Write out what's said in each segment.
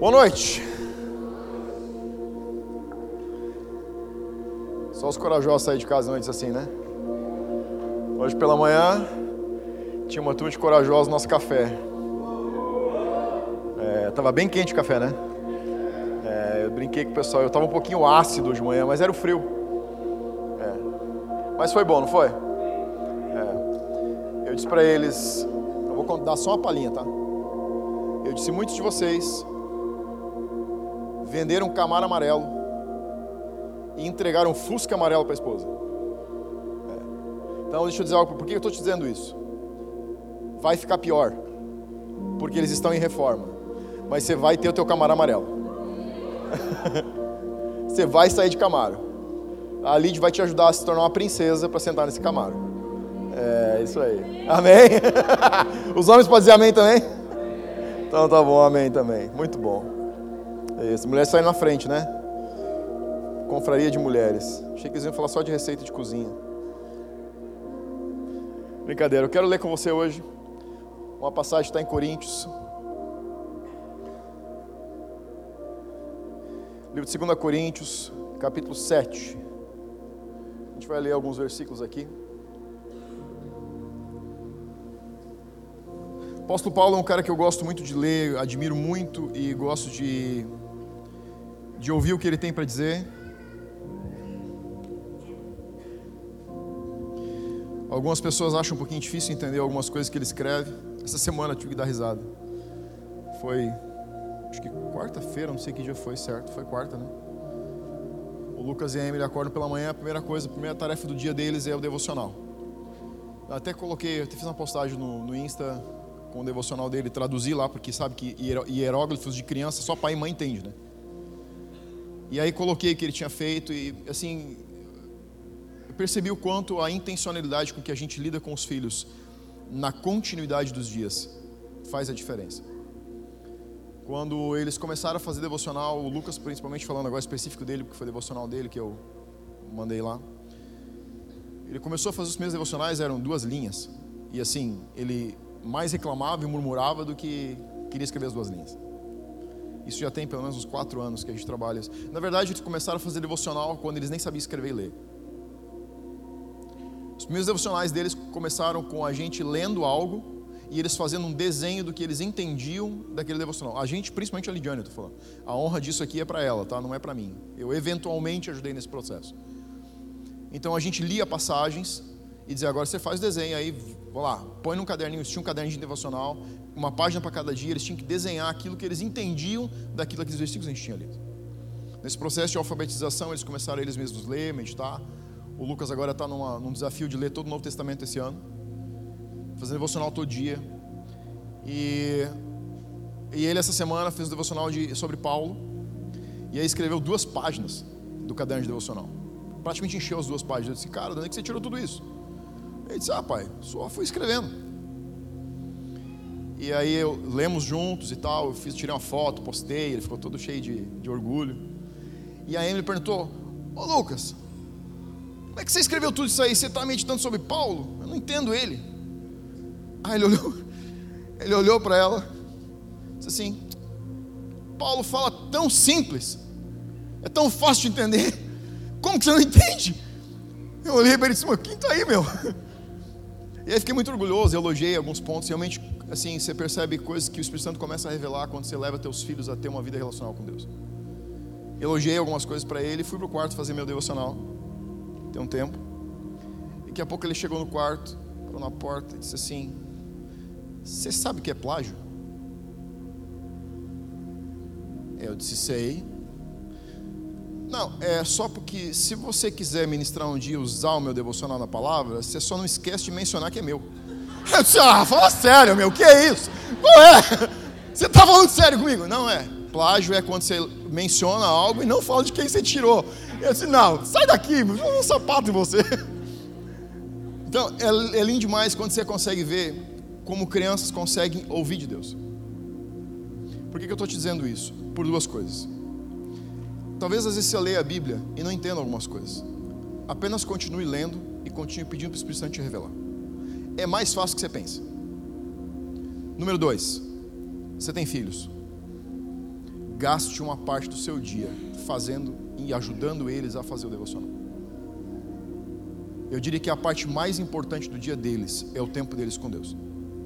Boa noite. Só os corajosos saírem de casa antes assim, né? Hoje pela manhã tinha uma turma de corajosos no nosso café. Tava bem quente o café, né? Eu brinquei com o pessoal, eu tava um pouquinho ácido hoje de manhã, mas era o frio. Mas foi bom, não foi? Eu disse pra eles, eu vou dar só uma palhinha, tá? Eu disse, muitos de vocês venderam um Camaro amarelo e entregaram um Fusca amarelo para a esposa. Então deixa eu dizer algo, por que eu estou te dizendo isso? Vai ficar pior, porque eles estão em reforma, mas você vai ter o teu Camaro amarelo. Você vai sair de Camaro. A Lid vai te ajudar a se tornar uma princesa para sentar nesse Camaro. É isso aí. Amém? Os homens podem dizer amém também? Então tá bom, amém também. Muito bom. Isso, mulheres saem na frente, né? Confraria de mulheres. Achei que eles iam falar só de receita de cozinha. Brincadeira, eu quero ler com você hoje uma passagem que está em Coríntios. Livro de 2 Coríntios, capítulo 7. A gente vai ler alguns versículos aqui. O apóstolo Paulo é um cara que eu gosto muito de ler, admiro muito e gosto de ouvir o que ele tem para dizer. Algumas pessoas acham um pouquinho difícil entender algumas coisas que ele escreve. Essa semana eu tive que dar risada. Foi, acho que quarta-feira, não sei que dia foi, certo? Foi quarta, né? O Lucas e a Emily acordam pela manhã, a primeira tarefa do dia deles é o devocional. Eu até fiz uma postagem no Insta com o devocional dele, traduzi lá, porque sabe que hieróglifos de criança só pai e mãe entendem, né? E aí coloquei o que ele tinha feito e, assim, eu percebi o quanto a intencionalidade com que a gente lida com os filhos na continuidade dos dias faz a diferença. Quando eles começaram a fazer devocional, o Lucas principalmente, falando agora específico dele, porque foi devocional dele que eu mandei lá, ele começou a fazer os primeiros devocionais, eram 2 linhas, e assim, ele mais reclamava e murmurava do que queria escrever as 2 linhas. Isso já tem pelo menos uns 4 anos que a gente trabalha isso. Na verdade, eles começaram a fazer devocional quando eles nem sabiam escrever e ler. Os primeiros devocionais deles começaram com a gente lendo algo e eles fazendo um desenho do que eles entendiam daquele devocional. A gente, principalmente a Lidiane, eu tô falando. A honra disso aqui é para ela, tá? Não é para mim. Eu eventualmente ajudei nesse processo. Então a gente lia passagens e dizia, agora você faz o desenho aí, vou lá, põe num caderninho, eles tinham um caderninho de devocional, uma página para cada dia, eles tinham que desenhar aquilo que eles entendiam daqueles versículos que a gente tinha lido. Nesse processo de alfabetização, eles começaram eles mesmos a ler, meditar. O Lucas agora está num desafio de ler todo o Novo Testamento esse ano, fazendo devocional todo dia. E ele essa semana fez um devocional sobre Paulo, e aí escreveu 2 páginas do caderno de devocional. Praticamente encheu as 2 páginas. Eu disse, cara, de onde é que você tirou tudo isso? Ele disse, pai, só fui escrevendo. E aí lemos juntos e tal, tirei uma foto, postei, ele ficou todo cheio de orgulho. E a Emily perguntou, ô Lucas, como é que você escreveu tudo isso aí? Você está meditando sobre Paulo? Eu não entendo ele. Aí ele olhou para ela, disse assim, Paulo fala tão simples, é tão fácil de entender, como que você não entende? Eu olhei para ele e disse, mas quem está aí, meu? E aí fiquei muito orgulhoso, elogiei alguns pontos. Realmente, assim, você percebe coisas que o Espírito Santo começa a revelar quando você leva teus filhos a ter uma vida relacional com Deus. Elogiei algumas coisas para ele, fui pro quarto fazer meu devocional. Tem um tempo. E daqui a pouco ele chegou no quarto, parou na porta e disse assim, você sabe o que é plágio? Eu disse, sei. Não, é só porque se você quiser ministrar um dia, usar o meu devocional na palavra, você só não esquece de mencionar que é meu. Eu disse, fala sério, meu, que é isso? Não é? Você tá falando sério comigo? Não é. Plágio é quando você menciona algo e não fala de quem você tirou. Eu disse, não, sai daqui, vou dar um sapato em você. Então, é lindo demais quando você consegue ver como crianças conseguem ouvir de Deus. Por que eu estou te dizendo isso? Por 2 coisas. Talvez às vezes você leia a Bíblia e não entenda algumas coisas. Apenas continue lendo e continue pedindo para o Espírito Santo te revelar. É mais fácil do que você pensa. Número 2, você tem filhos. gaste uma parte do seu dia fazendo e ajudando eles a fazer o devocional. Eu diria que a parte mais importante do dia deles é o tempo deles com Deus.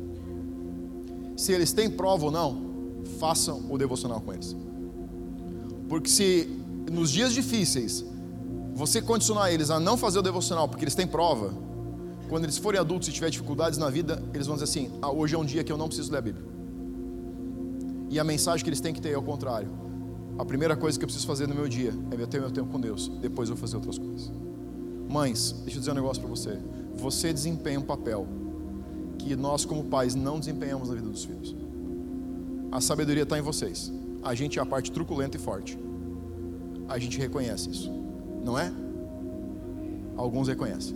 Se eles têm prova ou não, façam o devocional com eles. Porque se nos dias difíceis você condicionar eles a não fazer o devocional porque eles têm prova, quando eles forem adultos e tiver dificuldades na vida, eles vão dizer assim: hoje é um dia que eu não preciso ler a Bíblia. E a mensagem que eles têm que ter é o contrário. A primeira coisa que eu preciso fazer no meu dia é ter meu tempo com Deus, depois eu vou fazer outras coisas. Mães, deixa eu dizer um negócio para você. Você desempenha um papel que nós como pais não desempenhamos na vida dos filhos. A sabedoria está em vocês. A gente é a parte truculenta e forte. A gente reconhece isso, não é? Alguns reconhecem.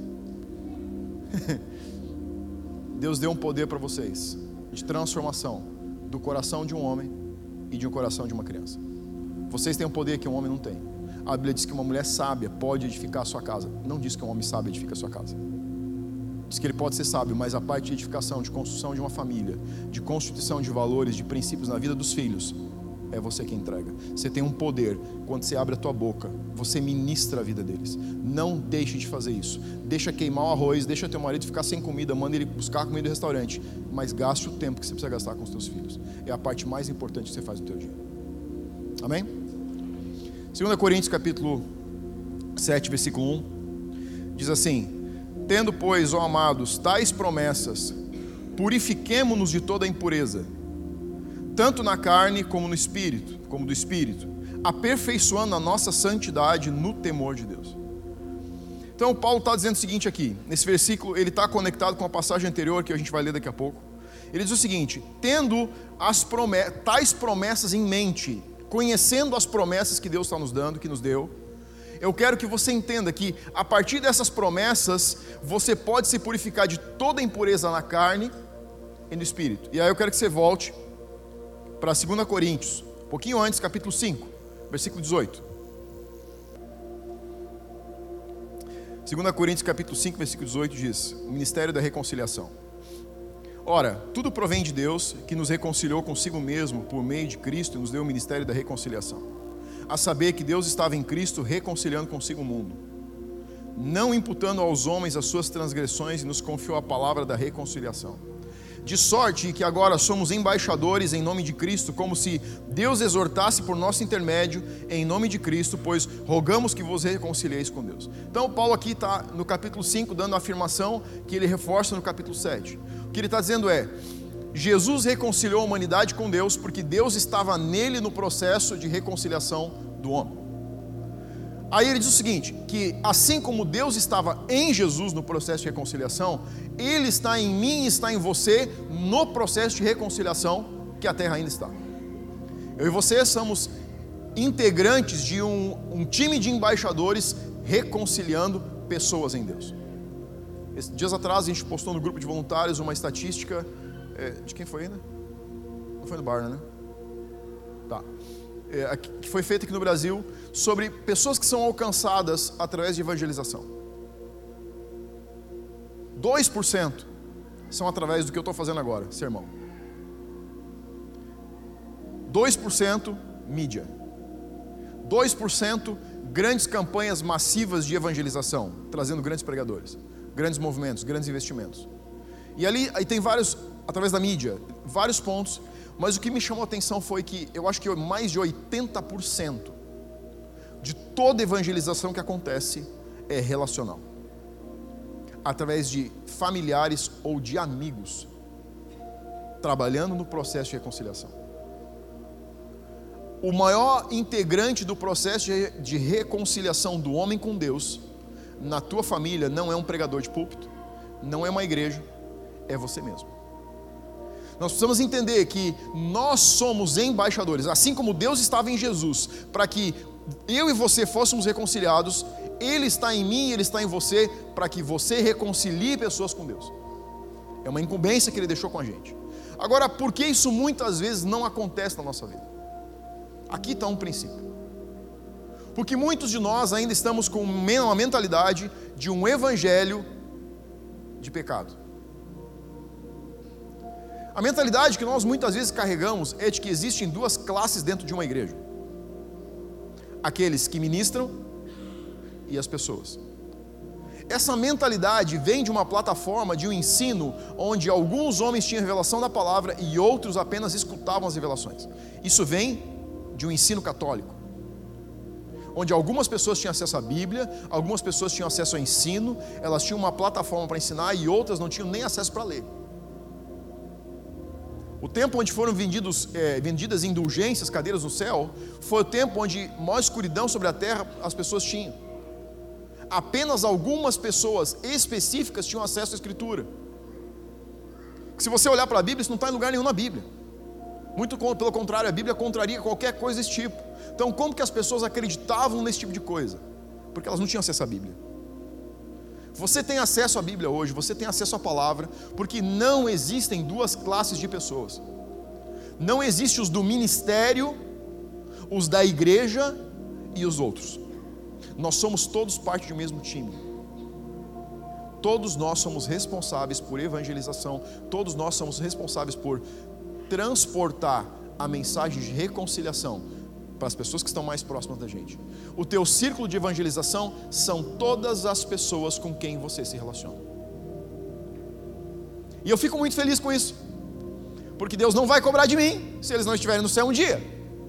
Deus deu um poder para vocês de transformação do coração de um homem e de um coração de uma criança. Vocês têm um poder que um homem não tem. A Bíblia diz que uma mulher sábia pode edificar a sua casa. Não diz que um homem sábio edifica a sua casa. Diz que ele pode ser sábio, mas a parte de edificação, de construção de uma família, de constituição de valores, de princípios na vida dos filhos, é você quem entrega. Você tem um poder. Quando você abre a tua boca, você ministra a vida deles. Não deixe de fazer isso. Deixa queimar o arroz, deixa teu marido ficar sem comida, manda ele buscar comida no restaurante, mas gaste o tempo que você precisa gastar com os teus filhos. É a parte mais importante que você faz no teu dia. Amém? 2 Coríntios capítulo 7, versículo 1 diz assim: tendo, pois, ó amados, tais promessas, purifiquemo-nos de toda a impureza, tanto na carne como no espírito, como do espírito, aperfeiçoando a nossa santidade no temor de Deus. Então Paulo está dizendo o seguinte aqui, nesse versículo, ele está conectado com a passagem anterior que a gente vai ler daqui a pouco. Ele diz o seguinte: tendo tais promessas em mente, conhecendo as promessas que Deus está nos dando, que nos deu, eu quero que você entenda que a partir dessas promessas, você pode se purificar de toda impureza na carne e no espírito. E aí eu quero que você volte para 2 Coríntios, um pouquinho antes, capítulo 5, versículo 18. 2 Coríntios capítulo 5, versículo 18 diz: o ministério da reconciliação. Ora, tudo provém de Deus, que nos reconciliou consigo mesmo por meio de Cristo e nos deu o ministério da reconciliação. A saber que Deus estava em Cristo reconciliando consigo o mundo, não imputando aos homens as suas transgressões, e nos confiou a palavra da reconciliação. De sorte que agora somos embaixadores em nome de Cristo, como se Deus exortasse por nosso intermédio em nome de Cristo, pois rogamos que vos reconcilieis com Deus. Então Paulo aqui está no capítulo 5 dando a afirmação que ele reforça no capítulo 7. O que ele está dizendo é: Jesus reconciliou a humanidade com Deus porque Deus estava nele no processo de reconciliação do homem. Aí ele diz o seguinte, que assim como Deus estava em Jesus no processo de reconciliação, Ele está em mim e está em você no processo de reconciliação que a terra ainda está. Eu e você somos integrantes de um time de embaixadores reconciliando pessoas em Deus. Dias atrás a gente postou no grupo de voluntários uma estatística, de quem foi ainda? Não foi do Barna, né? Tá. Que foi feita aqui no Brasil, sobre pessoas que são alcançadas através de evangelização. 2% são através do que eu estou fazendo agora, sermão. 2% mídia. 2% grandes campanhas massivas de evangelização, trazendo grandes pregadores, grandes movimentos, grandes investimentos. E ali aí tem vários, através da mídia, vários pontos. Mas o que me chamou a atenção foi que eu acho que mais de 80% de toda evangelização que acontece é relacional, através de familiares ou de amigos trabalhando no processo de reconciliação. O maior integrante do processo de reconciliação do homem com Deus na tua família não é um pregador de púlpito, não é uma igreja, é você mesmo. Nós precisamos entender que nós somos embaixadores, assim como Deus estava em Jesus, para que eu e você fôssemos reconciliados. Ele está em mim, Ele está em você, para que você reconcilie pessoas com Deus. É uma incumbência que Ele deixou com a gente. Agora, por que isso muitas vezes não acontece na nossa vida? Aqui está um princípio. Porque muitos de nós ainda estamos com uma mentalidade de um evangelho de pecado. A mentalidade que nós muitas vezes carregamos é de que existem duas classes dentro de uma igreja. aqueles que ministram e as pessoas. Essa mentalidade vem de uma plataforma, de um ensino, onde alguns homens tinham revelação da palavra e outros apenas escutavam as revelações. Isso vem de um ensino católico, onde algumas pessoas tinham acesso à Bíblia, algumas pessoas tinham acesso ao ensino, elas tinham uma plataforma para ensinar e outras não tinham nem acesso para ler. O tempo onde foram vendidas indulgências, cadeiras no céu, foi o tempo onde maior escuridão sobre a terra as pessoas tinham. Apenas algumas pessoas específicas tinham acesso à Escritura. Se você olhar para a Bíblia, isso não está em lugar nenhum na Bíblia. Muito pelo contrário, a Bíblia contraria qualquer coisa desse tipo. Então, como que as pessoas acreditavam nesse tipo de coisa? Porque elas não tinham acesso à Bíblia. Você tem acesso à Bíblia hoje, você tem acesso à palavra, porque não existem duas classes de pessoas. Não existe os do ministério, os da igreja e os outros. Nós somos todos parte de um mesmo time. Todos nós somos responsáveis por evangelização, todos nós somos responsáveis por transportar a mensagem de reconciliação para as pessoas que estão mais próximas da gente. O teu círculo de evangelização são todas as pessoas com quem você se relaciona. E eu fico muito feliz com isso, porque Deus não vai cobrar de mim se eles não estiverem no céu um dia.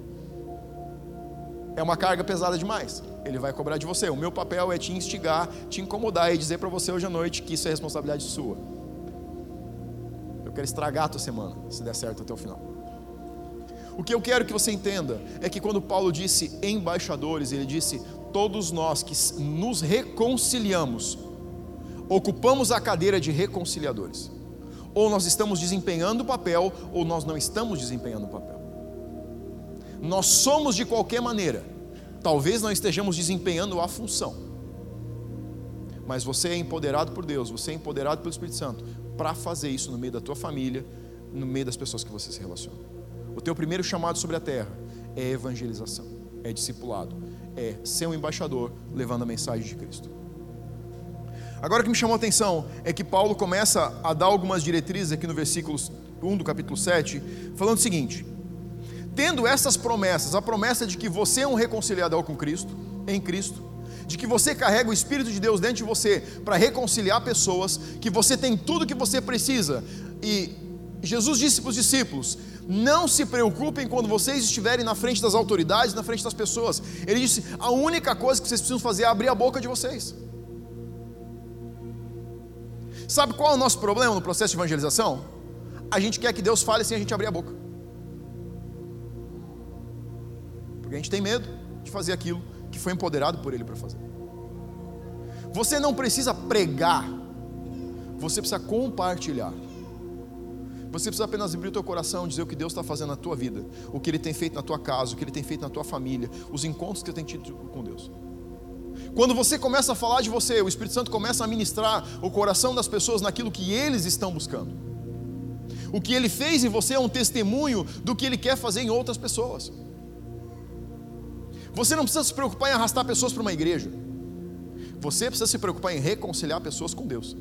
É uma carga pesada demais. Ele vai cobrar de você. O meu papel é te instigar, te incomodar e dizer para você hoje à noite que isso é responsabilidade sua. Eu quero estragar a tua semana, se der certo até o final. O que eu quero que você entenda é que quando Paulo disse embaixadores, ele disse todos nós que nos reconciliamos, ocupamos a cadeira de reconciliadores. Ou nós estamos desempenhando o papel, ou nós não estamos desempenhando o papel. Nós somos de qualquer maneira. Talvez não estejamos desempenhando a função, mas você é empoderado por Deus, você é empoderado pelo Espírito Santo para fazer isso no meio da tua família, no meio das pessoas que você se relaciona. O teu primeiro chamado sobre a terra é evangelização, é discipulado, é ser um embaixador levando a mensagem de Cristo. Agora o que me chamou a atenção é que Paulo começa a dar algumas diretrizes aqui no versículo 1 do capítulo 7, falando o seguinte: tendo essas promessas, a promessa de que você é um reconciliador com Cristo, em Cristo, de que você carrega o Espírito de Deus dentro de você para reconciliar pessoas, que você tem tudo que você precisa, e Jesus disse para os discípulos: não se preocupem quando vocês estiverem na frente das autoridades, na frente das pessoas. Ele disse: a única coisa que vocês precisam fazer é abrir a boca de vocês. Sabe qual é o nosso problema no processo de evangelização? A gente quer que Deus fale sem a gente abrir a boca. A gente tem medo de fazer aquilo que foi empoderado por Ele para fazer. Você não precisa pregar, você precisa compartilhar. Você precisa apenas abrir o teu coração e dizer o que Deus está fazendo na tua vida, o que Ele tem feito na tua casa, o que Ele tem feito na tua família, os encontros que você tem tido com Deus. Quando você começa a falar de você, o Espírito Santo começa a ministrar o coração das pessoas naquilo que eles estão buscando. O que Ele fez em você é um testemunho do que Ele quer fazer em outras pessoas. Você não precisa se preocupar em arrastar pessoas para uma igreja. Você precisa se preocupar em reconciliar pessoas com Deus.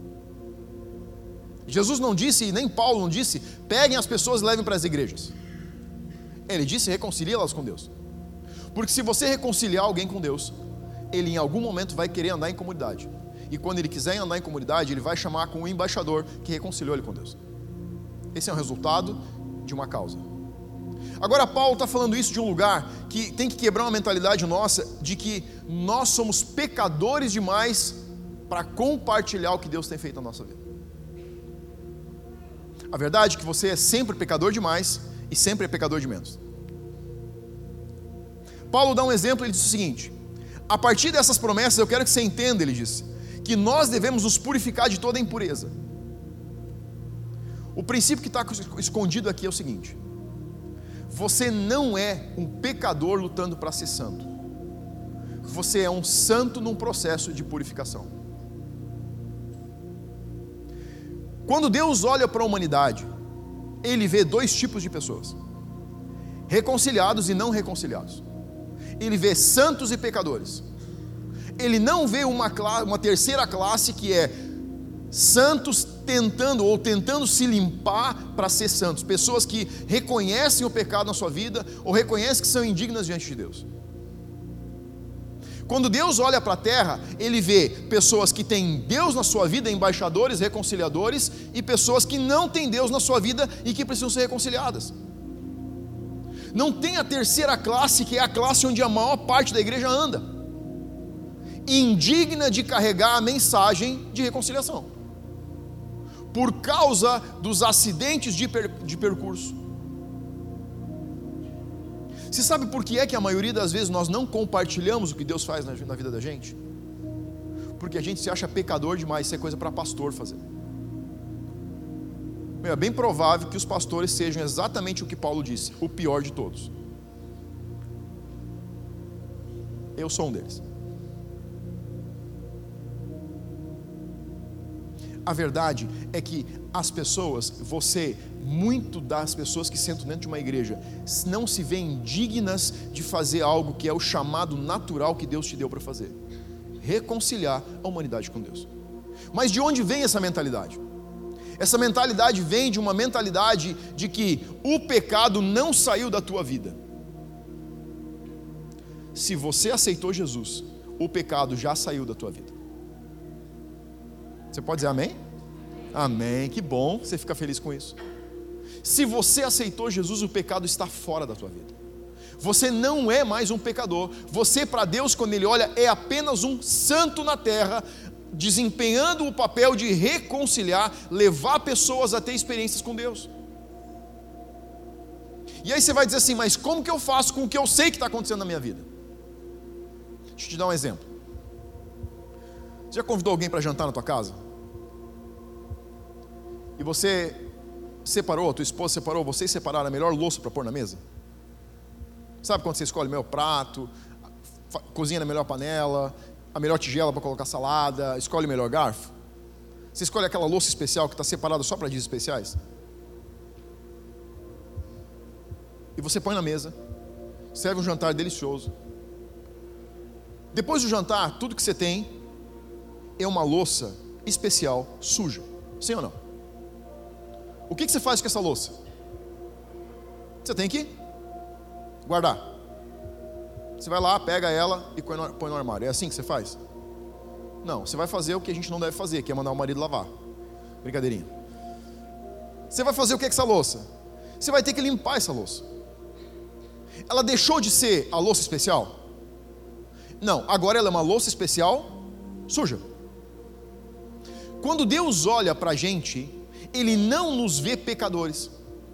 Jesus não disse, e nem Paulo não disse, peguem as pessoas e levem para as igrejas. Ele disse, reconcilie-las com Deus. Porque se você reconciliar alguém com Deus, ele em algum momento vai querer andar em comunidade. E quando ele quiser andar em comunidade, ele vai chamar com o embaixador que reconciliou ele com Deus. Esse é o resultado de uma causa. Agora Paulo está falando isso de um lugar que tem que quebrar uma mentalidade nossa de que nós somos pecadores demais para compartilhar o que Deus tem feito na nossa vida. A verdade é que você é sempre pecador demais e sempre é pecador de menos. Paulo dá um exemplo, ele diz o seguinte: a partir dessas promessas eu quero que você entenda, ele diz, que nós devemos nos purificar de toda impureza. O princípio que está escondido aqui é o seguinte: você não é um pecador lutando para ser santo. Você é um santo num processo de purificação. Quando Deus olha para a humanidade, Ele vê dois tipos de pessoas: reconciliados e não reconciliados. Ele vê santos e pecadores. Ele não vê uma terceira classe que é santos tentando se limpar para ser santos, pessoas que reconhecem o pecado na sua vida ou reconhecem que são indignas diante de Deus. Quando Deus olha para a terra, Ele vê pessoas que têm Deus na sua vida, embaixadores, reconciliadores, e pessoas que não têm Deus na sua vida e que precisam ser reconciliadas. Não tem a terceira classe, que é a classe onde a maior parte da igreja anda, indigna de carregar a mensagem de reconciliação, por causa dos acidentes de percurso. Você sabe por que é que a maioria das vezes nós não compartilhamos o que Deus faz na vida da gente? Porque a gente se acha pecador demais, isso é coisa para pastor fazer. É bem provável que os pastores sejam exatamente o que Paulo disse, o pior de todos. Eu sou um deles. A verdade é que as pessoas, muito das pessoas que sentam dentro de uma igreja, não se veem dignas de fazer algo que é o chamado natural que Deus te deu para fazer: reconciliar a humanidade com Deus. Mas de onde vem essa mentalidade? Essa mentalidade vem de uma mentalidade de que o pecado não saiu da tua vida. Se você aceitou Jesus, o pecado já saiu da tua vida. Você pode dizer amém? Amém, que bom, você fica feliz com isso. Se você aceitou Jesus, o pecado está fora da tua vida. Você não é mais um pecador. Você, para Deus, quando Ele olha, é apenas um santo na terra, desempenhando o papel de reconciliar, levar pessoas a ter experiências com Deus. E aí você vai dizer assim: mas como que eu faço com o que eu sei que está acontecendo na minha vida? Deixa eu te dar um exemplo. Você já convidou alguém para jantar na tua casa? E você separou, a tua esposa separou, vocês separaram a melhor louça para pôr na mesa? Sabe quando você escolhe o melhor prato, cozinha na melhor panela, a melhor tigela para colocar salada, escolhe o melhor garfo? Você escolhe aquela louça especial que está separada só para dias especiais? E você põe na mesa, serve um jantar delicioso. Depois do jantar, tudo que você tem é uma louça especial suja, sim ou não? O que você faz com essa louça? Você tem que guardar. Você vai lá, pega ela e põe no armário. É assim que você faz? Não, você vai fazer o que a gente não deve fazer, que é mandar o marido lavar. Brincadeirinha. Você vai fazer o que com essa louça? Você vai ter que limpar essa louça. Ela deixou de ser a louça especial? Não, agora ela é uma louça especial suja. Quando Deus olha para a gente, Ele não nos vê pecadores.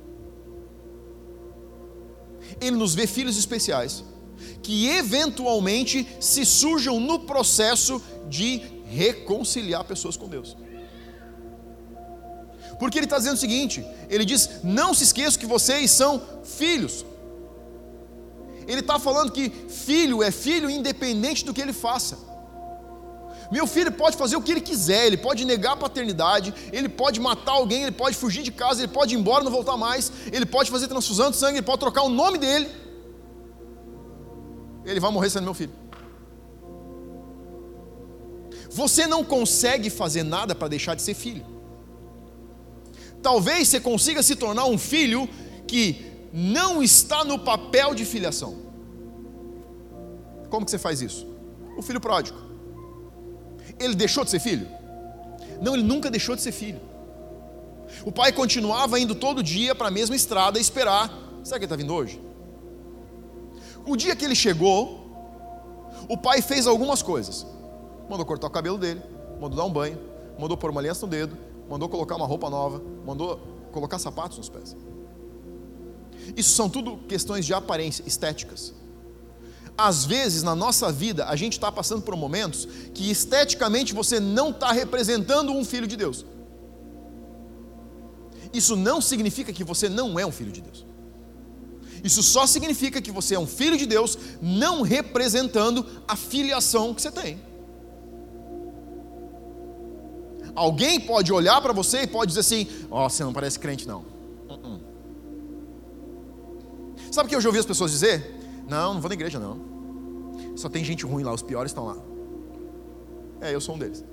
Ele nos vê filhos especiais, que eventualmente se sujam no processo de reconciliar pessoas com Deus. Porque Ele está dizendo o seguinte: Ele diz: não se esqueça que vocês são filhos. Ele está falando que filho é filho independente do que ele faça. Meu filho pode fazer o que ele quiser, ele pode negar a paternidade, ele pode matar alguém, ele pode fugir de casa, ele pode ir embora e não voltar mais, ele pode fazer transfusão de sangue, ele pode trocar o nome dele, ele vai morrer sendo meu filho. Você não consegue fazer nada para deixar de ser filho. Talvez você consiga se tornar um filho que não está no papel de filiação. Como que você faz isso? O filho pródigo. Ele deixou de ser filho? Não, ele nunca deixou de ser filho. O pai continuava indo todo dia para a mesma estrada esperar. Será que ele está vindo hoje? O dia que ele chegou, o pai fez algumas coisas. Mandou cortar o cabelo dele, mandou dar um banho, mandou pôr uma aliança no dedo, mandou colocar uma roupa nova, mandou colocar sapatos nos pés. Isso são tudo questões de aparência, estéticas. Às vezes na nossa vida a gente está passando por momentos que esteticamente você não está representando um filho de Deus. Isso não significa que você não é um filho de Deus. Isso só significa que você é um filho de Deus não representando a filiação que você tem. Alguém pode olhar para você e pode dizer assim: ó, você não parece crente não. Sabe o que eu já ouvi as pessoas dizer? Não vou na igreja não. Só tem gente ruim lá, os piores estão lá. Eu sou um deles.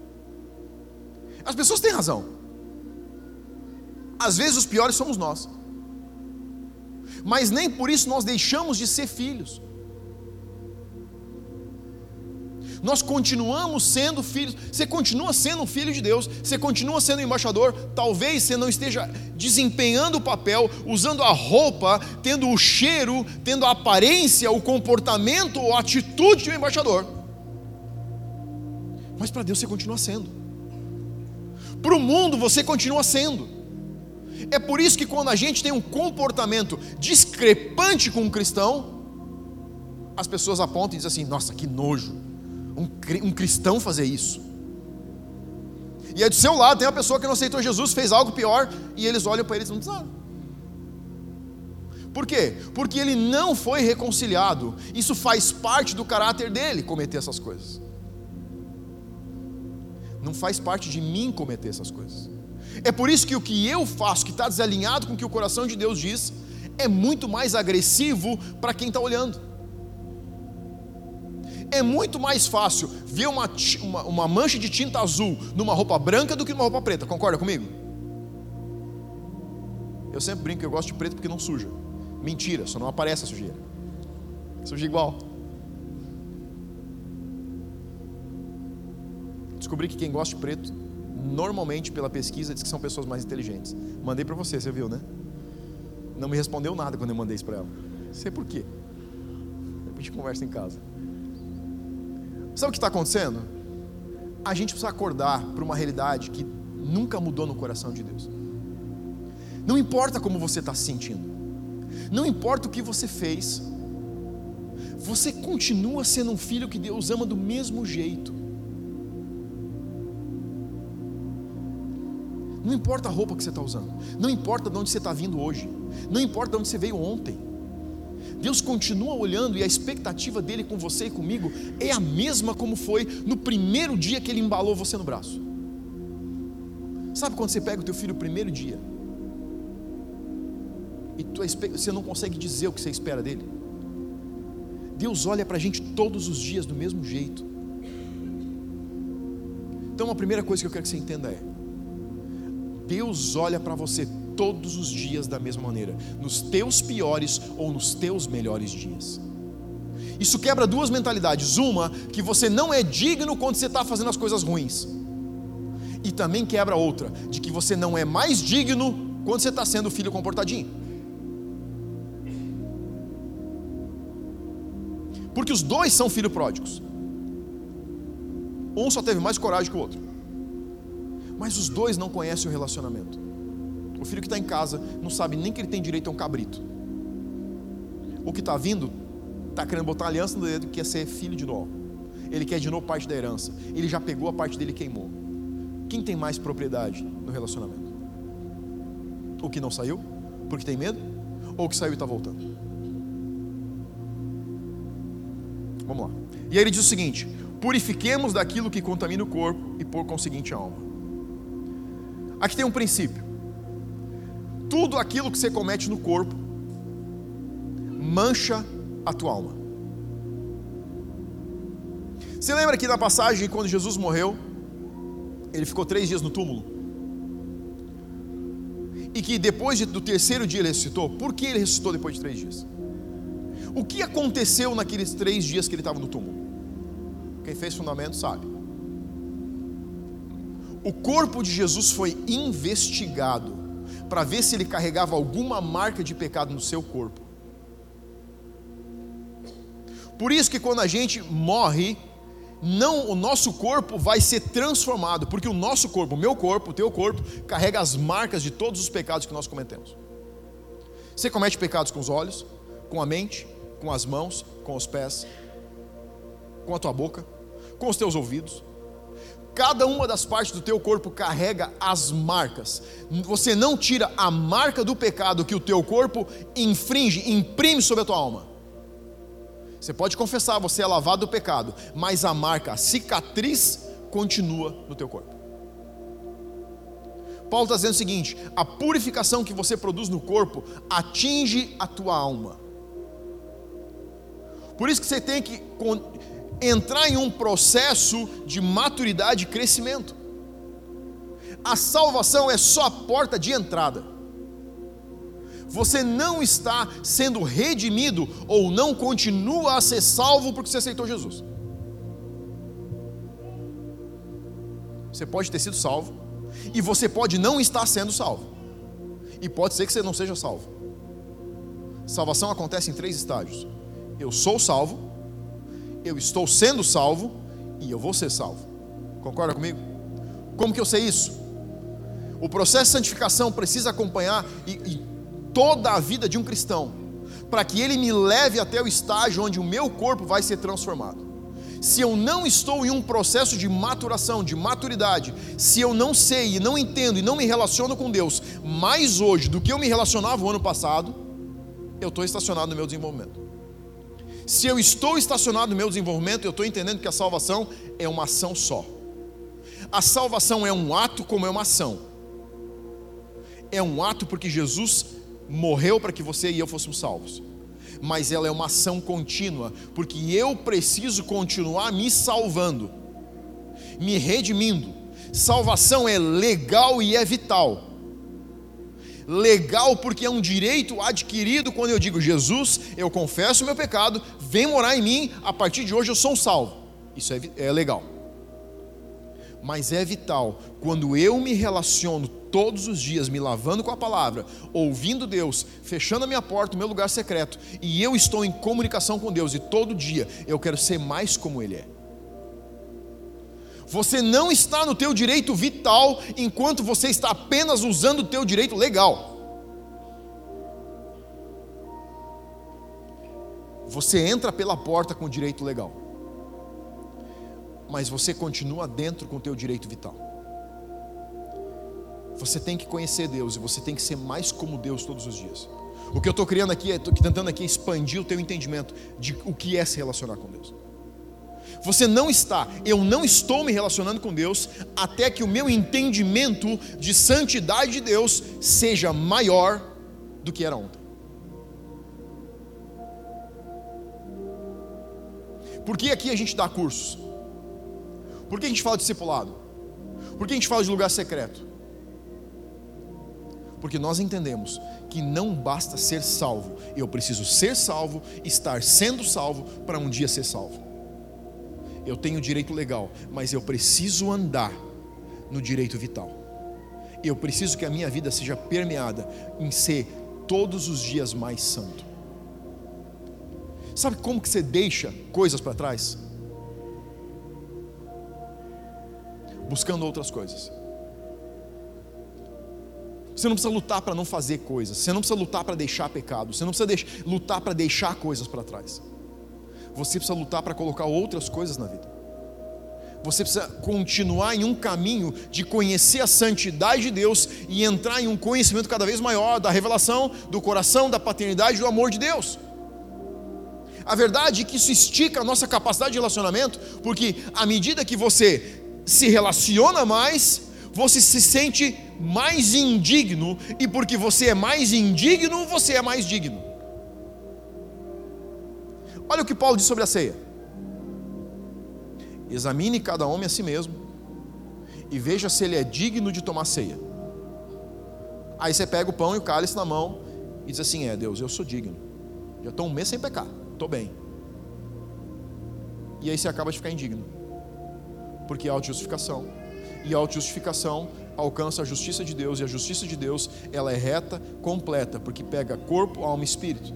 As pessoas têm razão. Às vezes os piores somos nós. Mas nem por isso nós deixamos de ser filhos. Nós continuamos sendo filhos. Você continua sendo um filho de Deus, você continua sendo um embaixador. Talvez você não esteja desempenhando o papel, usando a roupa, tendo o cheiro, tendo a aparência, o comportamento ou a atitude de um embaixador, mas para Deus você continua sendo. Para o mundo você continua sendo. É por isso que quando a gente tem um comportamento discrepante com um cristão, as pessoas apontam e dizem assim: nossa, que nojo, um cristão fazer isso. E aí do seu lado tem uma pessoa que não aceitou Jesus, fez algo pior, e eles olham para ele e não dizem nada. Por quê? Porque ele não foi reconciliado. Isso faz parte do caráter dele, cometer essas coisas. Não faz parte de mim cometer essas coisas. É por isso que o que eu faço, que está desalinhado com o que o coração de Deus diz, é muito mais agressivo para quem está olhando. É muito mais fácil ver uma mancha de tinta azul numa roupa branca do que numa roupa preta, concorda comigo? Eu sempre brinco que eu gosto de preto porque não suja. Mentira, só não aparece a sujeira. Suja igual. Descobri que quem gosta de preto, normalmente pela pesquisa, diz que são pessoas mais inteligentes. Mandei para você viu, né? Não me respondeu nada quando eu mandei isso para ela. Não sei por quê. Depois a gente conversa em casa. Sabe o que está acontecendo? A gente precisa acordar para uma realidade que nunca mudou no coração de Deus. Não importa como você está se sentindo, não importa o que você fez, você continua sendo um filho que Deus ama do mesmo jeito. Não importa a roupa que você está usando, não importa de onde você está vindo hoje, não importa de onde você veio ontem, Deus continua olhando, e a expectativa dele com você e comigo é a mesma como foi no primeiro dia que ele embalou você no braço. Sabe quando você pega o teu filho no primeiro dia e você não consegue dizer o que você espera dele? Deus olha para a gente todos os dias do mesmo jeito. Então a primeira coisa que eu quero que você entenda é: Deus olha para você todos os dias da mesma maneira, nos teus piores ou nos teus melhores dias. Isso quebra duas mentalidades: uma, que você não é digno quando você está fazendo as coisas ruins, e também quebra outra, de que você não é mais digno quando você está sendo filho comportadinho. Porque os dois são filhos pródigos. Um só teve mais coragem que o outro, mas os dois não conhecem o relacionamento. O filho que está em casa não sabe nem que ele tem direito a um cabrito. O que está vindo está querendo botar uma aliança no dedo, que quer ser filho de novo. Ele quer de novo parte da herança. Ele já pegou a parte dele e queimou. Quem tem mais propriedade no relacionamento? O que não saiu porque tem medo, ou o que saiu e está voltando? Vamos lá. E aí ele diz o seguinte: purifiquemos daquilo que contamina o corpo e por conseguinte a alma. Aqui tem um princípio: tudo aquilo que você comete no corpo mancha a tua alma. Você lembra que na passagem, quando Jesus morreu, ele ficou 3 dias no túmulo, e que depois do terceiro dia ele ressuscitou? Por que ele ressuscitou depois de 3 dias? O que aconteceu naqueles 3 dias que ele estava no túmulo? Quem fez fundamento sabe. O corpo de Jesus foi investigado para ver se ele carregava alguma marca de pecado no seu corpo. Por isso que quando a gente morre, o nosso corpo vai ser transformado, porque o nosso corpo, o meu corpo, o teu corpo, carrega as marcas de todos os pecados que nós cometemos. Você comete pecados com os olhos, com a mente, com as mãos, com os pés, com a tua boca, com os teus ouvidos. Cada uma das partes do teu corpo carrega as marcas. Você não tira a marca do pecado que o teu corpo imprime sobre a tua alma. Você pode confessar, você é lavado do pecado, mas a marca, a cicatriz continua no teu corpo. Paulo está dizendo o seguinte: a purificação que você produz no corpo atinge a tua alma. Por isso que você tem que entrar em um processo de maturidade e crescimento. A salvação é só a porta de entrada. Você não está sendo redimido ou não continua a ser salvo porque você aceitou Jesus. Você pode ter sido salvo, e você pode não estar sendo salvo, e pode ser que você não seja salvo. Salvação acontece em 3 estágios: eu sou salvo, eu estou sendo salvo e eu vou ser salvo. Concorda comigo? Como que eu sei isso? O processo de santificação precisa acompanhar e toda a vida de um cristão, para que ele me leve até o estágio onde o meu corpo vai ser transformado. Se eu não estou em um processo de maturação, de maturidade, se eu não sei e não entendo e não me relaciono com Deus mais hoje do que eu me relacionava o ano passado, eu estou estacionado no meu desenvolvimento. Se eu estou estacionado no meu desenvolvimento, eu estou entendendo que a salvação é uma ação só. A salvação é um ato como é uma ação. É um ato porque Jesus morreu para que você e eu fôssemos salvos. Mas ela é uma ação contínua, porque eu preciso continuar me salvando, me redimindo. Salvação é legal e é vital. Legal porque é um direito adquirido quando eu digo: Jesus, eu confesso o meu pecado, vem morar em mim, a partir de hoje eu sou um salvo. Isso é legal. Mas é vital quando eu me relaciono todos os dias, me lavando com a palavra, ouvindo Deus, fechando a minha porta, o meu lugar secreto, e eu estou em comunicação com Deus, e todo dia eu quero ser mais como Ele é. Você não está no teu direito vital enquanto você está apenas usando o teu direito legal. Você entra pela porta com o direito legal, mas você continua dentro com o teu direito vital. Você tem que conhecer Deus e você tem que ser mais como Deus todos os dias. O que eu estou criando aqui, tentando aqui expandir o teu entendimento de o que é se relacionar com Deus. Eu não estou me relacionando com Deus até que o meu entendimento de santidade de Deus seja maior do que era ontem. Por que aqui a gente dá cursos? Por que a gente fala de discipulado? Por que a gente fala de lugar secreto? Porque nós entendemos que não basta ser salvo, eu preciso ser salvo, estar sendo salvo para um dia ser salvo. Eu tenho direito legal, mas eu preciso andar no direito vital. Eu preciso que a minha vida seja permeada em ser todos os dias mais santo. Sabe como que você deixa coisas para trás? Buscando outras coisas. Você não precisa lutar para não fazer coisas. Você não precisa lutar para deixar pecado. Você não precisa lutar para deixar coisas para trás. Você precisa lutar para colocar outras coisas na vida. Você precisa continuar em um caminho de conhecer a santidade de Deus e entrar em um conhecimento cada vez maior da revelação, do coração, da paternidade e do amor de Deus. A verdade é que isso estica a nossa capacidade de relacionamento, porque à medida que você se relaciona mais, você se sente mais indigno, e porque você é mais indigno, você é mais digno. Olha o que Paulo diz sobre a ceia: examine cada homem a si mesmo e veja se ele é digno de tomar ceia. Aí você pega o pão e o cálice na mão e diz assim: Deus, eu sou digno, já estou um mês sem pecar, estou bem. E aí você acaba de ficar indigno, porque é autojustificação, e a autojustificação alcança a justiça de Deus, e a justiça de Deus, ela é reta, completa, porque pega corpo, alma e espírito.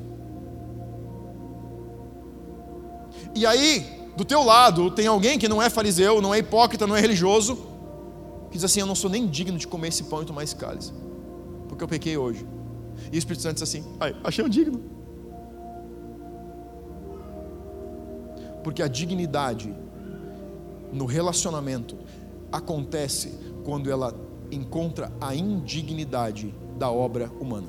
E aí, do teu lado, tem alguém que não é fariseu, não é hipócrita, não é religioso, que diz assim: eu não sou nem digno de comer esse pão e tomar esse cálice, porque eu pequei hoje. E o Espírito Santo diz assim: achei um digno. Porque a dignidade no relacionamento acontece quando ela encontra a indignidade da obra humana.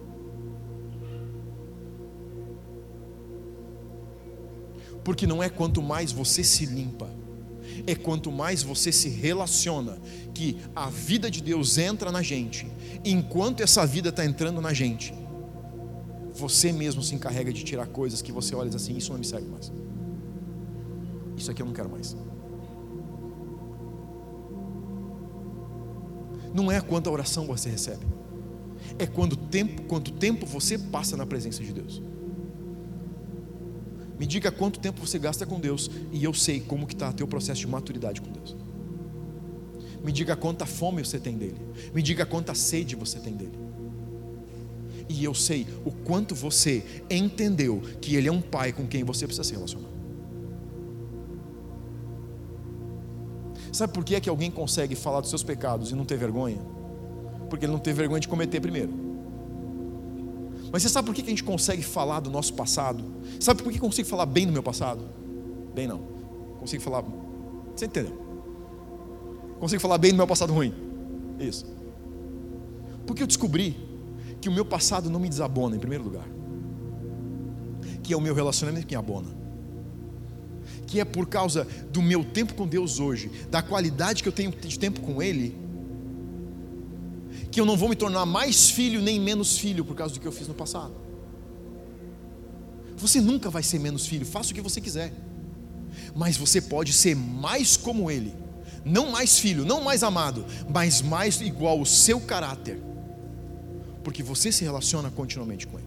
Porque não é quanto mais você se limpa, é quanto mais você se relaciona, que a vida de Deus entra na gente. E enquanto essa vida está entrando na gente, você mesmo se encarrega de tirar coisas que você olha e diz assim: isso não me serve mais, isso aqui eu não quero mais. Não é quanta oração você recebe, é quanto tempo você passa na presença de Deus. Me diga quanto tempo você gasta com Deus, e eu sei como que está o teu processo de maturidade com Deus. Me diga quanta fome você tem dele. Me diga quanta sede você tem dele. E eu sei o quanto você entendeu que ele é um pai com quem você precisa se relacionar. Sabe por que é que alguém consegue falar dos seus pecados e não ter vergonha? Porque ele não teve vergonha de cometer primeiro. Mas você sabe por que a gente consegue falar do nosso passado? Sabe por que eu consigo falar bem do meu passado? Bem não. Consigo falar... Você entendeu? Consigo falar bem do meu passado ruim. Isso. Porque eu descobri que o meu passado não me desabona, em primeiro lugar. Que é o meu relacionamento que me abona. Que é por causa do meu tempo com Deus hoje, da qualidade que eu tenho de tempo com Ele, que eu não vou me tornar mais filho nem menos filho por causa do que eu fiz no passado. Você nunca vai ser menos filho, faça o que você quiser. Mas você pode ser mais como Ele. Não mais filho, não mais amado, mas mais igual ao seu caráter. Porque você se relaciona continuamente com Ele.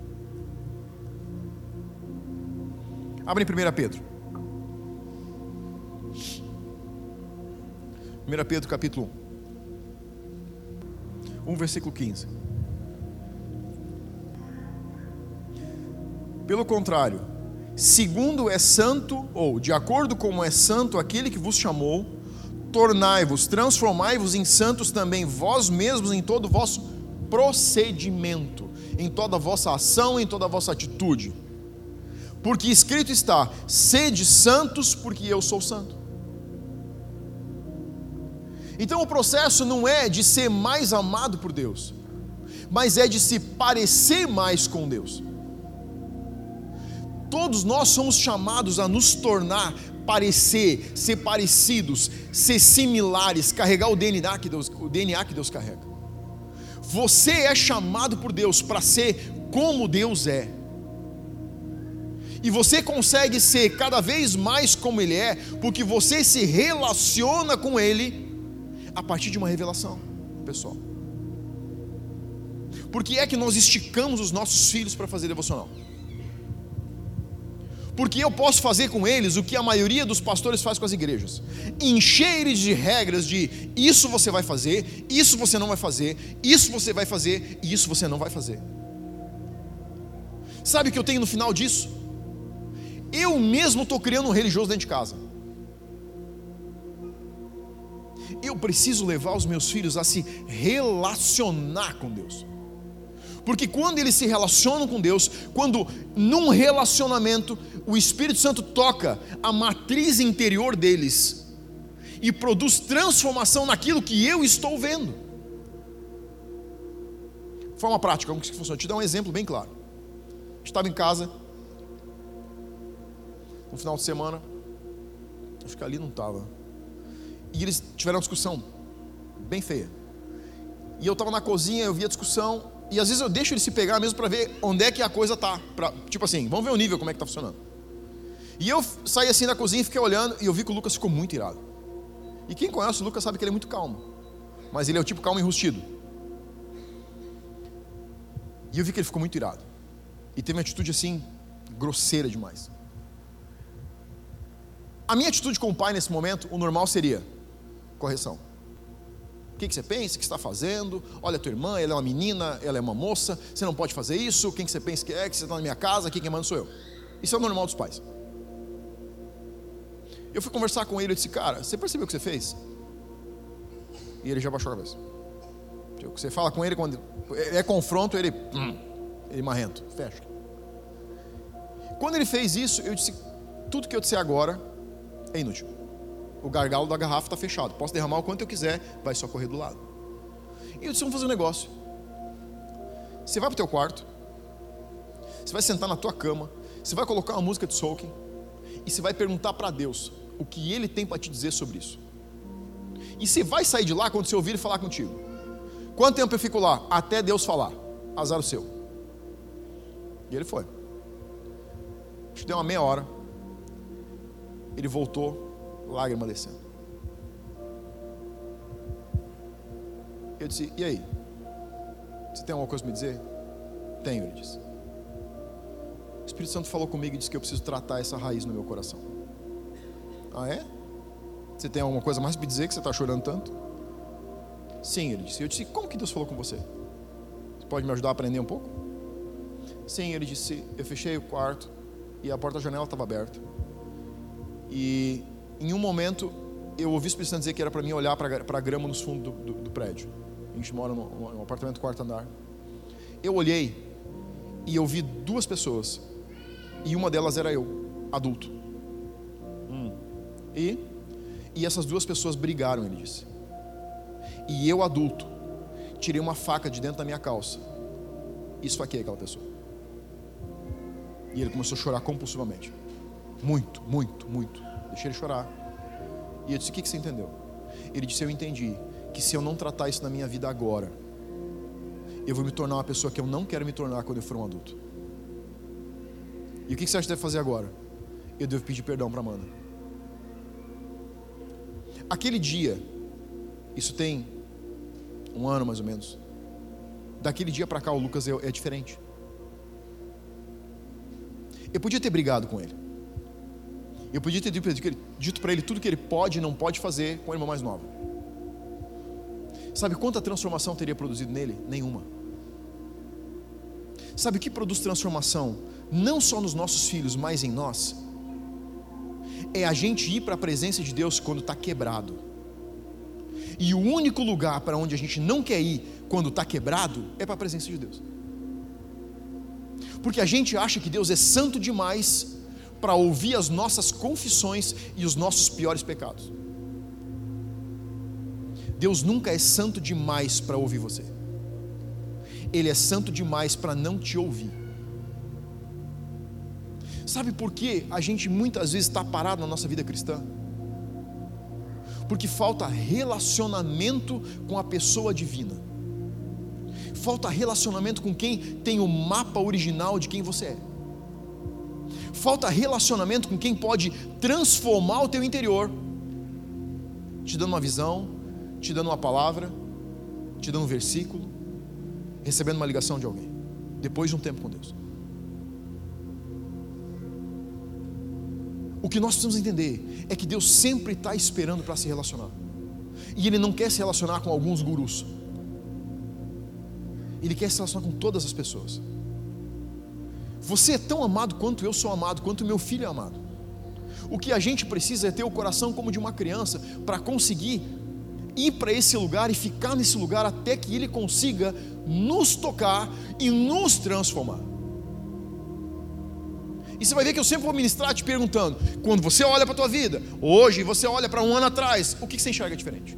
Abre em 1 Pedro. 1 Pedro capítulo 1, versículo 15. Pelo contrário, segundo é santo, ou de acordo como é santo aquele que vos chamou, tornai-vos, transformai-vos em santos também vós mesmos em todo o vosso procedimento, em toda a vossa ação, em toda a vossa atitude. Porque escrito está: sede santos, porque eu sou santo. Então o processo não é de ser mais amado por Deus, mas é de se parecer mais com Deus. Todos nós somos chamados a nos tornar, parecer, ser parecidos, ser similares, carregar o DNA que Deus carrega. Você é chamado por Deus para ser como Deus é. E você consegue ser cada vez mais como Ele é, porque você se relaciona com Ele a partir de uma revelação, pessoal. Por que é que nós esticamos os nossos filhos para fazer devocional? Porque eu posso fazer com eles o que a maioria dos pastores faz com as igrejas: encher eles de regras de isso você vai fazer, isso você não vai fazer, isso você vai fazer e isso você não vai fazer. Sabe o que eu tenho no final disso? Eu mesmo estou criando um religioso dentro de casa. Eu preciso levar os meus filhos a se relacionar com Deus. Porque quando eles se relacionam com Deus, quando num relacionamento o Espírito Santo toca a matriz interior deles e produz transformação naquilo que eu estou vendo. De forma prática, como que funciona? Vou te dar um exemplo bem claro. Estava em casa no final de semana, acho que ali não estava, e eles tiveram uma discussão bem feia. E eu estava na cozinha, eu vi a discussão. E às vezes eu deixo ele se pegar mesmo para ver onde é que a coisa está. Tipo assim, vamos ver o nível, como é que está funcionando. E eu saí assim da cozinha e fiquei olhando. E eu vi que o Lucas ficou muito irado. E quem conhece o Lucas sabe que ele é muito calmo. Mas ele é o tipo calmo e enrustido. E eu vi que ele ficou muito irado. E teve uma atitude assim, grosseira demais. A minha atitude com o pai nesse momento, o normal seria correção. O que você pensa, o que você está fazendo? Olha a tua irmã, ela é uma menina, ela é uma moça, você não pode fazer isso. Quem que você pensa que você está na minha casa, quem manda sou eu. Isso é o normal dos pais. Eu fui conversar com ele, eu disse: cara, você percebeu o que você fez? E ele já baixou a cabeça. Você fala com ele, quando é confronto, ele marrento, fecha. Quando ele fez isso, eu disse: tudo que eu disser agora é inútil. O gargalo da garrafa está fechado. Posso derramar o quanto eu quiser, vai só correr do lado. E eu disse: vamos fazer um negócio. Você vai para o teu quarto, você vai sentar na tua cama, você vai colocar uma música de soaking e você vai perguntar para Deus o que Ele tem para te dizer sobre isso. E você vai sair de lá quando você ouvir Ele falar contigo. Quanto tempo eu fico lá? Até Deus falar. Azar o seu. E ele foi. Acho que deu uma meia hora. Ele voltou, lágrima descendo. Eu disse: e aí? Você tem alguma coisa para me dizer? Tenho, ele disse. O Espírito Santo falou comigo e disse que eu preciso tratar essa raiz no meu coração. Ah, é? Você tem alguma coisa mais para dizer que você está chorando tanto? Sim, ele disse. Eu disse, como que Deus falou com você? Você pode me ajudar a aprender um pouco? Sim, ele disse, eu fechei o quarto e a porta-janela estava aberta. E em um momento eu ouvi o Espírito Santo dizer que era para mim olhar para a grama nos fundos do prédio. A gente mora num apartamento quarto andar. Eu olhei e eu vi duas pessoas. E uma delas era eu, adulto. E essas duas pessoas brigaram, ele disse. E eu, adulto, tirei uma faca de dentro da minha calça e esfaqueei aquela pessoa. E ele começou a chorar compulsivamente. Muito, muito, muito. Deixei ele chorar. E eu disse, o que você entendeu? Ele disse, eu entendi que se eu não tratar isso na minha vida agora, eu vou me tornar uma pessoa que eu não quero me tornar quando eu for um adulto. E o que você acha que deve fazer agora? Eu devo pedir perdão para a Amanda. Aquele dia, isso tem um ano mais ou menos, daquele dia para cá o Lucas é diferente. Eu podia ter brigado com ele. Eu podia ter dito para ele tudo que ele pode e não pode fazer com a irmã mais nova. Sabe quanta transformação teria produzido nele? Nenhuma. Sabe o que produz transformação? Não só nos nossos filhos, mas em nós. É a gente ir para a presença de Deus quando está quebrado. E o único lugar para onde a gente não quer ir quando está quebrado é para a presença de Deus. Porque a gente acha que Deus é santo demais para ouvir as nossas confissões e os nossos piores pecados. Deus nunca é santo demais para ouvir você. Ele é santo demais para não te ouvir. Sabe por que a gente muitas vezes está parado na nossa vida cristã? Porque falta relacionamento com a pessoa divina. Falta relacionamento com quem tem o mapa original de quem você é. Falta relacionamento com quem pode transformar o teu interior, te dando uma visão, te dando uma palavra, te dando um versículo, recebendo uma ligação de alguém, depois de um tempo com Deus. O que nós precisamos entender é que Deus sempre está esperando para se relacionar. E Ele não quer se relacionar com alguns gurus. Ele quer se relacionar com todas as pessoas. Você é tão amado quanto eu sou amado, quanto meu filho é amado. O que a gente precisa é ter o coração como de uma criança, para conseguir ir para esse lugar e ficar nesse lugar até que Ele consiga nos tocar e nos transformar. E você vai ver que eu sempre vou ministrar te perguntando, quando você olha para a tua vida, hoje você olha para um ano atrás, o que você enxerga diferente?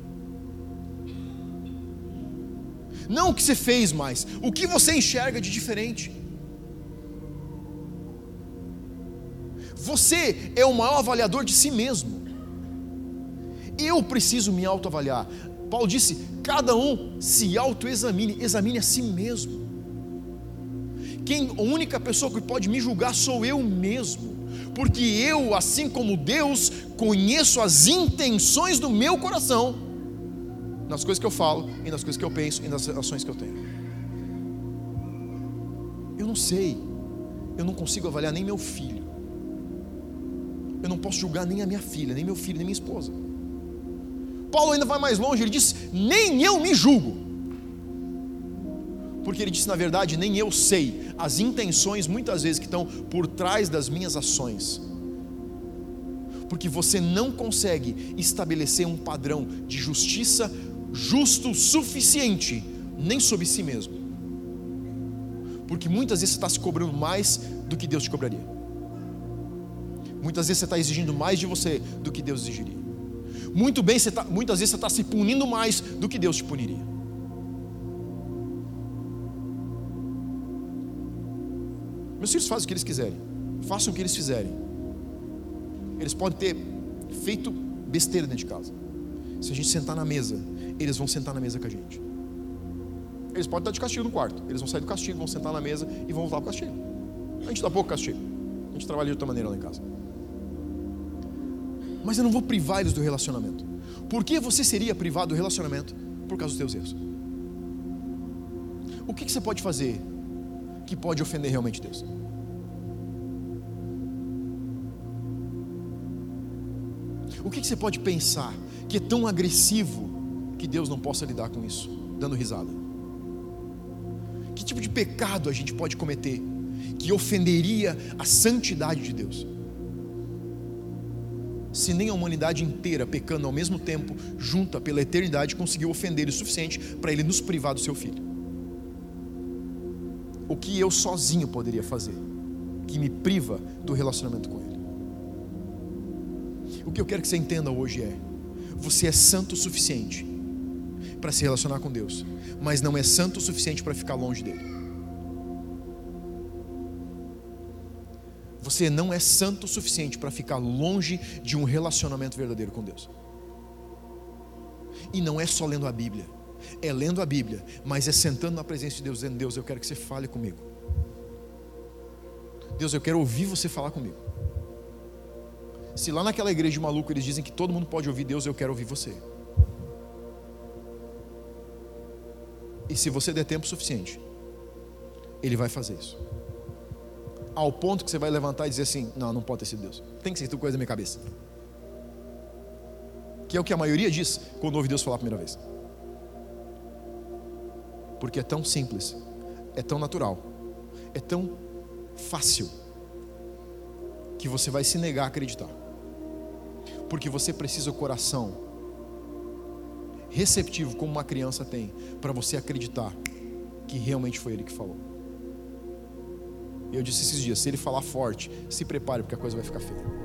Não o que você fez mais, o que você enxerga de diferente? Você é o maior avaliador de si mesmo. Eu preciso me autoavaliar. Paulo disse, cada um se autoexamine, examine a si mesmo. A única pessoa que pode me julgar sou eu mesmo, porque eu, assim como Deus, conheço as intenções do meu coração, nas coisas que eu falo, e nas coisas que eu penso, e nas ações que eu tenho. Eu não sei, eu não consigo avaliar nem meu filho, eu não posso julgar nem a minha filha, nem meu filho, nem minha esposa. Paulo ainda vai mais longe, ele diz, nem eu me julgo. Porque ele disse, na verdade, nem eu sei as intenções muitas vezes que estão por trás das minhas ações. Porque você não consegue estabelecer um padrão de justiça justo o suficiente, nem sobre si mesmo. Porque muitas vezes você está se cobrando mais do que Deus te cobraria. Muitas vezes você está exigindo mais de você do que Deus exigiria. Muitas vezes você está se punindo mais do que Deus te puniria. Meus filhos fazem o que eles quiserem, façam o que eles fizerem. Eles podem ter feito besteira dentro de casa. Se a gente sentar na mesa, eles vão sentar na mesa com a gente. Eles podem estar de castigo no quarto, eles vão sair do castigo, vão sentar na mesa e vão voltar para o castigo. A gente dá pouco castigo, a gente trabalha de outra maneira lá em casa. Mas eu não vou privar eles do relacionamento. Por que você seria privado do relacionamento? Por causa dos teus erros. O que você pode fazer que pode ofender realmente Deus? O que você pode pensar que é tão agressivo que Deus não possa lidar com isso, dando risada? Que tipo de pecado a gente pode cometer que ofenderia a santidade de Deus? Se nem a humanidade inteira pecando ao mesmo tempo, junta pela eternidade, conseguiu ofender o suficiente para Ele nos privar do seu Filho. O que eu sozinho poderia fazer que me priva do relacionamento com Ele? O que eu quero que você entenda hoje é: você é santo o suficiente para se relacionar com Deus, mas não é santo o suficiente para ficar longe dele. Você não é santo o suficiente para ficar longe de um relacionamento verdadeiro com Deus. E não é só lendo a Bíblia, é lendo a Bíblia, mas é sentando na presença de Deus, dizendo: Deus, eu quero que você fale comigo. Deus, eu quero ouvir você falar comigo. Se lá naquela igreja de maluco eles dizem que todo mundo pode ouvir Deus, eu quero ouvir você. E se você der tempo suficiente, Ele vai fazer isso. Ao ponto que você vai levantar e dizer assim: não pode ter sido Deus, tem que ser coisa da minha cabeça. Que é o que a maioria diz quando ouve Deus falar a primeira vez. Porque é tão simples, é tão natural, é tão fácil, que você vai se negar a acreditar. Porque você precisa do coração receptivo, como uma criança tem, para você acreditar que realmente foi Ele que falou. Eu disse esses dias: se Ele falar forte, se prepare, porque a coisa vai ficar feia.